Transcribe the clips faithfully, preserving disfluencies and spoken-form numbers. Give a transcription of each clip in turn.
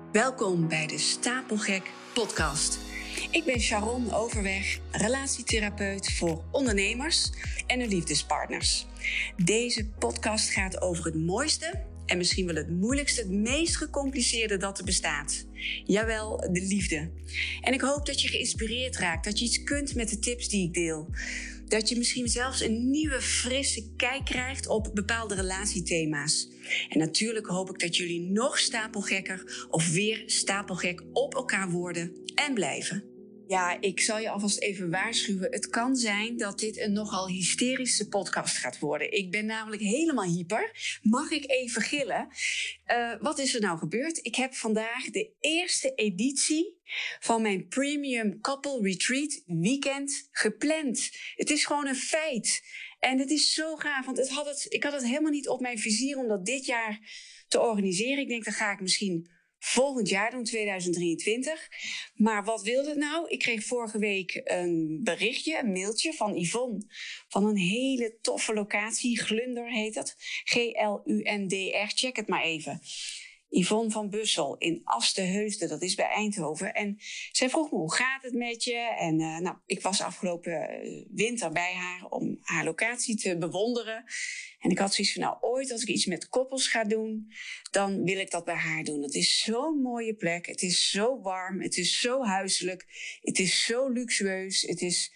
Welkom bij de Stapelgek podcast. Ik ben Sharon Overweg, relatietherapeut voor ondernemers en hun liefdespartners. Deze podcast gaat over het mooiste en misschien wel het moeilijkste, het meest gecompliceerde dat er bestaat. Jawel, de liefde. En ik hoop dat je geïnspireerd raakt, dat je iets kunt met de tips die ik deel. Dat je misschien zelfs een nieuwe, frisse kijk krijgt op bepaalde relatiethema's. En natuurlijk hoop ik dat jullie nog stapelgekker of weer stapelgek op elkaar worden en blijven. Ja, ik zal je alvast even waarschuwen. Het kan zijn dat dit een nogal hysterische podcast gaat worden. Ik ben namelijk helemaal hyper. Mag ik even gillen? Uh, wat is er nou gebeurd? Ik heb vandaag de eerste editie van mijn Premium Couple Retreat Weekend gepland. Het is gewoon een feit. En het is zo gaaf, want het had het, ik had het helemaal niet op mijn vizier om dat dit jaar te organiseren. Ik denk, dat ga ik misschien volgend jaar doen, tweeduizend drieëntwintig. Maar wat wilde het nou? Ik kreeg vorige week een berichtje, een mailtje van Yvonne. Van een hele toffe locatie. Glunder heet het. G L U N D R. Check het maar even. Yvonne van Bussel in Asten-Heusden, dat is bij Eindhoven. En zij vroeg me, hoe gaat het met je? En uh, nou, ik was afgelopen winter bij haar om haar locatie te bewonderen. En ik had zoiets van, nou, ooit als ik iets met koppels ga doen, dan wil ik dat bij haar doen. Het is zo'n mooie plek, het is zo warm, het is zo huiselijk, het is zo luxueus, het is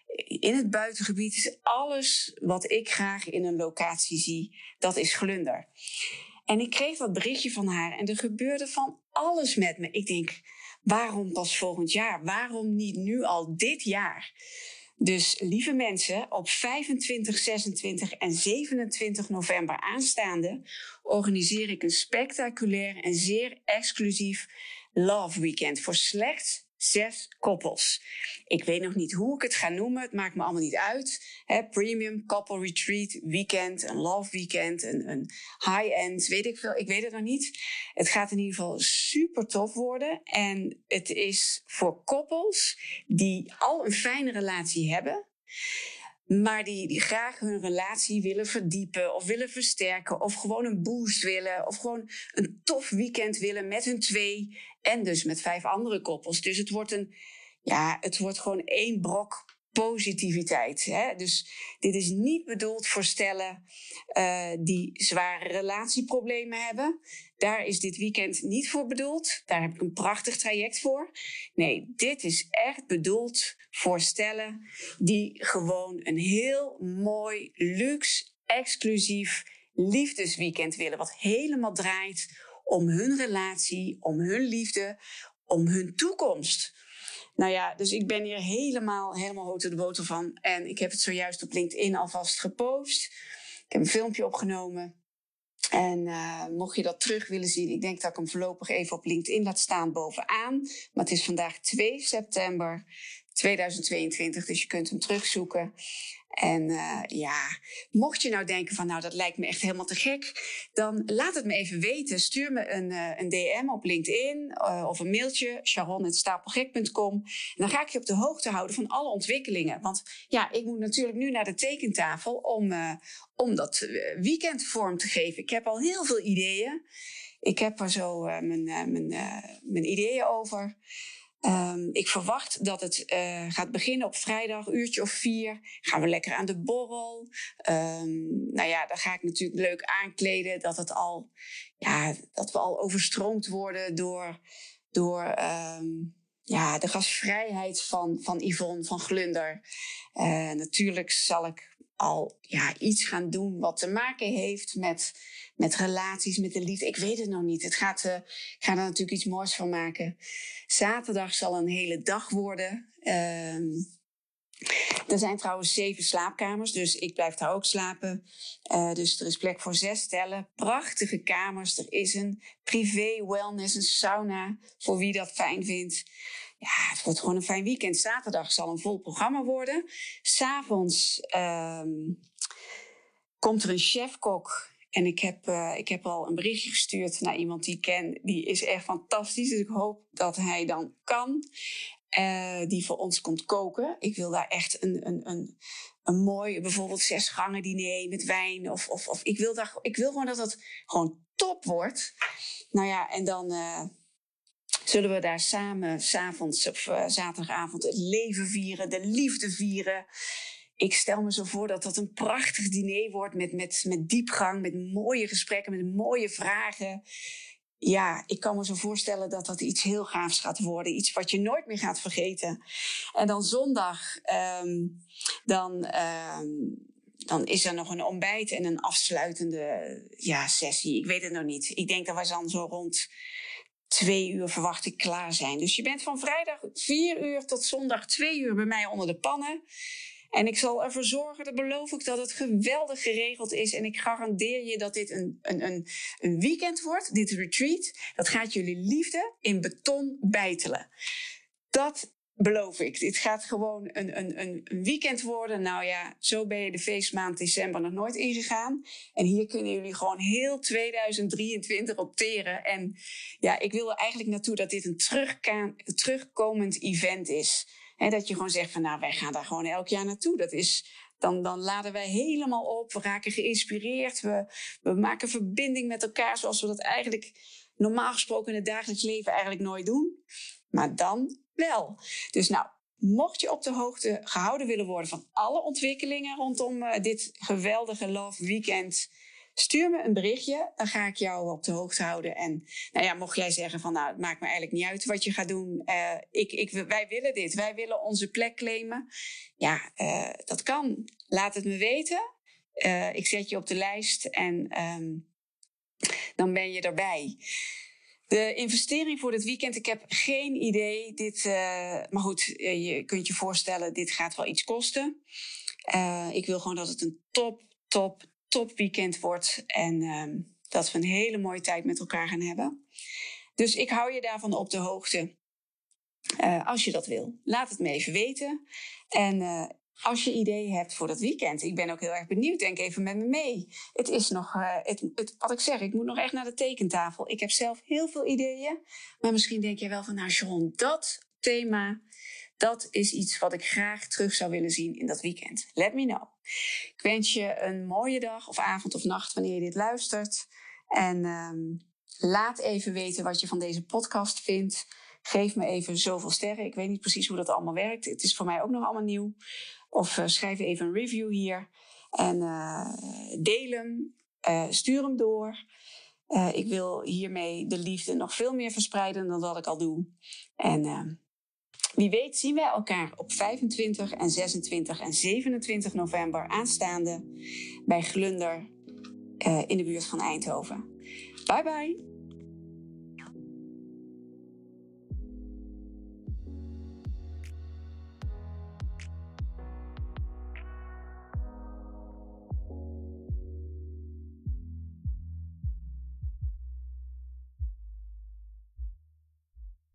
in het buitengebied, het is alles wat ik graag in een locatie zie, dat is Glunder. En ik kreeg dat berichtje van haar en er gebeurde van alles met me. Ik denk, waarom pas volgend jaar? Waarom niet nu al dit jaar? Dus lieve mensen, op vijfentwintig, zesentwintig en zevenentwintig november aanstaande organiseer ik een spectaculair en zeer exclusief Love Weekend voor slechts zes koppels. Ik weet nog niet hoe ik het ga noemen. Het maakt me allemaal niet uit. He, premium Couple Retreat Weekend, een Love Weekend, een, een high-end, weet ik veel. Ik weet het nog niet. Het gaat in ieder geval super tof worden. En het is voor koppels die al een fijne relatie hebben, maar die, die graag hun relatie willen verdiepen of willen versterken of gewoon een boost willen of gewoon een tof weekend willen met hun twee en dus met vijf andere koppels. Dus het wordt een, ja, het wordt gewoon één brok positiviteit. Hè? Dus dit is niet bedoeld voor stellen uh, die zware relatieproblemen hebben. Daar is dit weekend niet voor bedoeld. Daar heb ik een prachtig traject voor. Nee, dit is echt bedoeld voor stellen die gewoon een heel mooi, luxe, exclusief liefdesweekend willen. Wat helemaal draait om hun relatie, om hun liefde, om hun toekomst. Nou ja, dus ik ben hier helemaal, helemaal hoog de boter van. En ik heb het zojuist op LinkedIn alvast gepost. Ik heb een filmpje opgenomen. En uh, mocht je dat terug willen zien, ik denk dat ik hem voorlopig even op LinkedIn laat staan bovenaan. Maar het is vandaag twee september tweeduizend tweeëntwintig, dus je kunt hem terugzoeken. En uh, ja, mocht je nou denken van, nou, dat lijkt me echt helemaal te gek, dan laat het me even weten. Stuur me een, uh, een D M op LinkedIn uh, of een mailtje, sharon at stapelgek punt com. En dan ga ik je op de hoogte houden van alle ontwikkelingen. Want ja, ik moet natuurlijk nu naar de tekentafel om, uh, om dat weekend vorm te geven. Ik heb al heel veel ideeën. Ik heb er zo uh, mijn, uh, mijn, uh, mijn ideeën over. Um, ik verwacht dat het uh, gaat beginnen op vrijdag, uurtje of vier. Gaan we lekker aan de borrel. Um, nou ja, dan ga ik natuurlijk leuk aankleden. Dat het al, ja, dat we al overstroomd worden door, door um, ja, de gastvrijheid van, van Yvonne van Glunder. Uh, natuurlijk zal ik al ja, iets gaan doen wat te maken heeft met, met relaties, met de liefde. Ik weet het nog niet. Het gaat, uh, ik ga er natuurlijk iets moois van maken. Zaterdag zal een hele dag worden. Uh, er zijn trouwens zeven slaapkamers, dus ik blijf daar ook slapen. Uh, dus er is plek voor zes stellen. Prachtige kamers. Er is een privé wellness, een sauna, voor wie dat fijn vindt. Ja, het wordt gewoon een fijn weekend. Zaterdag zal een vol programma worden. 'S Avonds um, komt er een chefkok. En ik heb, uh, ik heb al een berichtje gestuurd naar iemand die ik ken. Die is echt fantastisch. Dus ik hoop dat hij dan kan. Uh, die voor ons komt koken. Ik wil daar echt een, een, een, een mooi, bijvoorbeeld zes gangen diner met wijn. Of, of, of ik, wil daar, ik wil gewoon dat het gewoon top wordt. Nou ja, en dan... Uh, zullen we daar samen 's avonds of uh, zaterdagavond het leven vieren, de liefde vieren. Ik stel me zo voor dat dat een prachtig diner wordt met, met, met diepgang, met mooie gesprekken, met mooie vragen. Ja, ik kan me zo voorstellen dat dat iets heel gaafs gaat worden. Iets wat je nooit meer gaat vergeten. En dan zondag, um, dan, um, dan is er nog een ontbijt en een afsluitende ja, sessie. Ik weet het nog niet. Ik denk dat we dan zo rond twee uur verwacht ik klaar zijn. Dus je bent van vrijdag vier uur tot zondag twee uur bij mij onder de pannen. En ik zal ervoor zorgen, dat beloof ik, dat het geweldig geregeld is. En ik garandeer je dat dit een, een, een, een weekend wordt, dit retreat. Dat gaat jullie liefde in beton bijtelen. Dat beloof ik. Dit gaat gewoon een, een, een weekend worden. Nou ja, zo ben je de feestmaand december nog nooit ingegaan. En hier kunnen jullie gewoon heel tweeduizend drieëntwintig opteren. En ja, ik wil er eigenlijk naartoe dat dit een terugka- terugkomend event is. He, dat je gewoon zegt van nou, wij gaan daar gewoon elk jaar naartoe. Dat is, dan, dan laden wij helemaal op. We raken geïnspireerd. We, we maken verbinding met elkaar zoals we dat eigenlijk normaal gesproken in het dagelijks leven eigenlijk nooit doen. Maar dan wel. Dus nou, mocht je op de hoogte gehouden willen worden van alle ontwikkelingen rondom uh, dit geweldige Love Weekend, stuur me een berichtje, dan ga ik jou op de hoogte houden. En nou ja, mocht jij zeggen van nou, het maakt me eigenlijk niet uit wat je gaat doen. Uh, ik, ik, wij willen dit, wij willen onze plek claimen. Ja, uh, dat kan. Laat het me weten. Uh, ik zet je op de lijst en um, dan ben je erbij. De investering voor dit weekend, ik heb geen idee. Dit, uh, maar goed, je kunt je voorstellen, dit gaat wel iets kosten. Uh, ik wil gewoon dat het een top, top, top weekend wordt. En uh, dat we een hele mooie tijd met elkaar gaan hebben. Dus ik hou je daarvan op de hoogte. Uh, als je dat wil, laat het me even weten. En uh, als je ideeën hebt voor dat weekend, ik ben ook heel erg benieuwd, denk even met me mee. Het is nog, uh, het, het, wat ik zeg, ik moet nog echt naar de tekentafel. Ik heb zelf heel veel ideeën, maar misschien denk je wel van, nou Sharon, dat thema, dat is iets wat ik graag terug zou willen zien in dat weekend. Let me know. Ik wens je een mooie dag of avond of nacht wanneer je dit luistert. En um, laat even weten wat je van deze podcast vindt. Geef me even zoveel sterren. Ik weet niet precies hoe dat allemaal werkt. Het is voor mij ook nog allemaal nieuw. Of uh, schrijf even een review hier. En uh, deel hem. Uh, stuur hem door. Uh, ik wil hiermee de liefde nog veel meer verspreiden dan dat ik al doe. En uh, wie weet zien wij elkaar op vijfentwintig en zesentwintig en zevenentwintig november aanstaande bij Glunder uh, in de buurt van Eindhoven. Bye bye!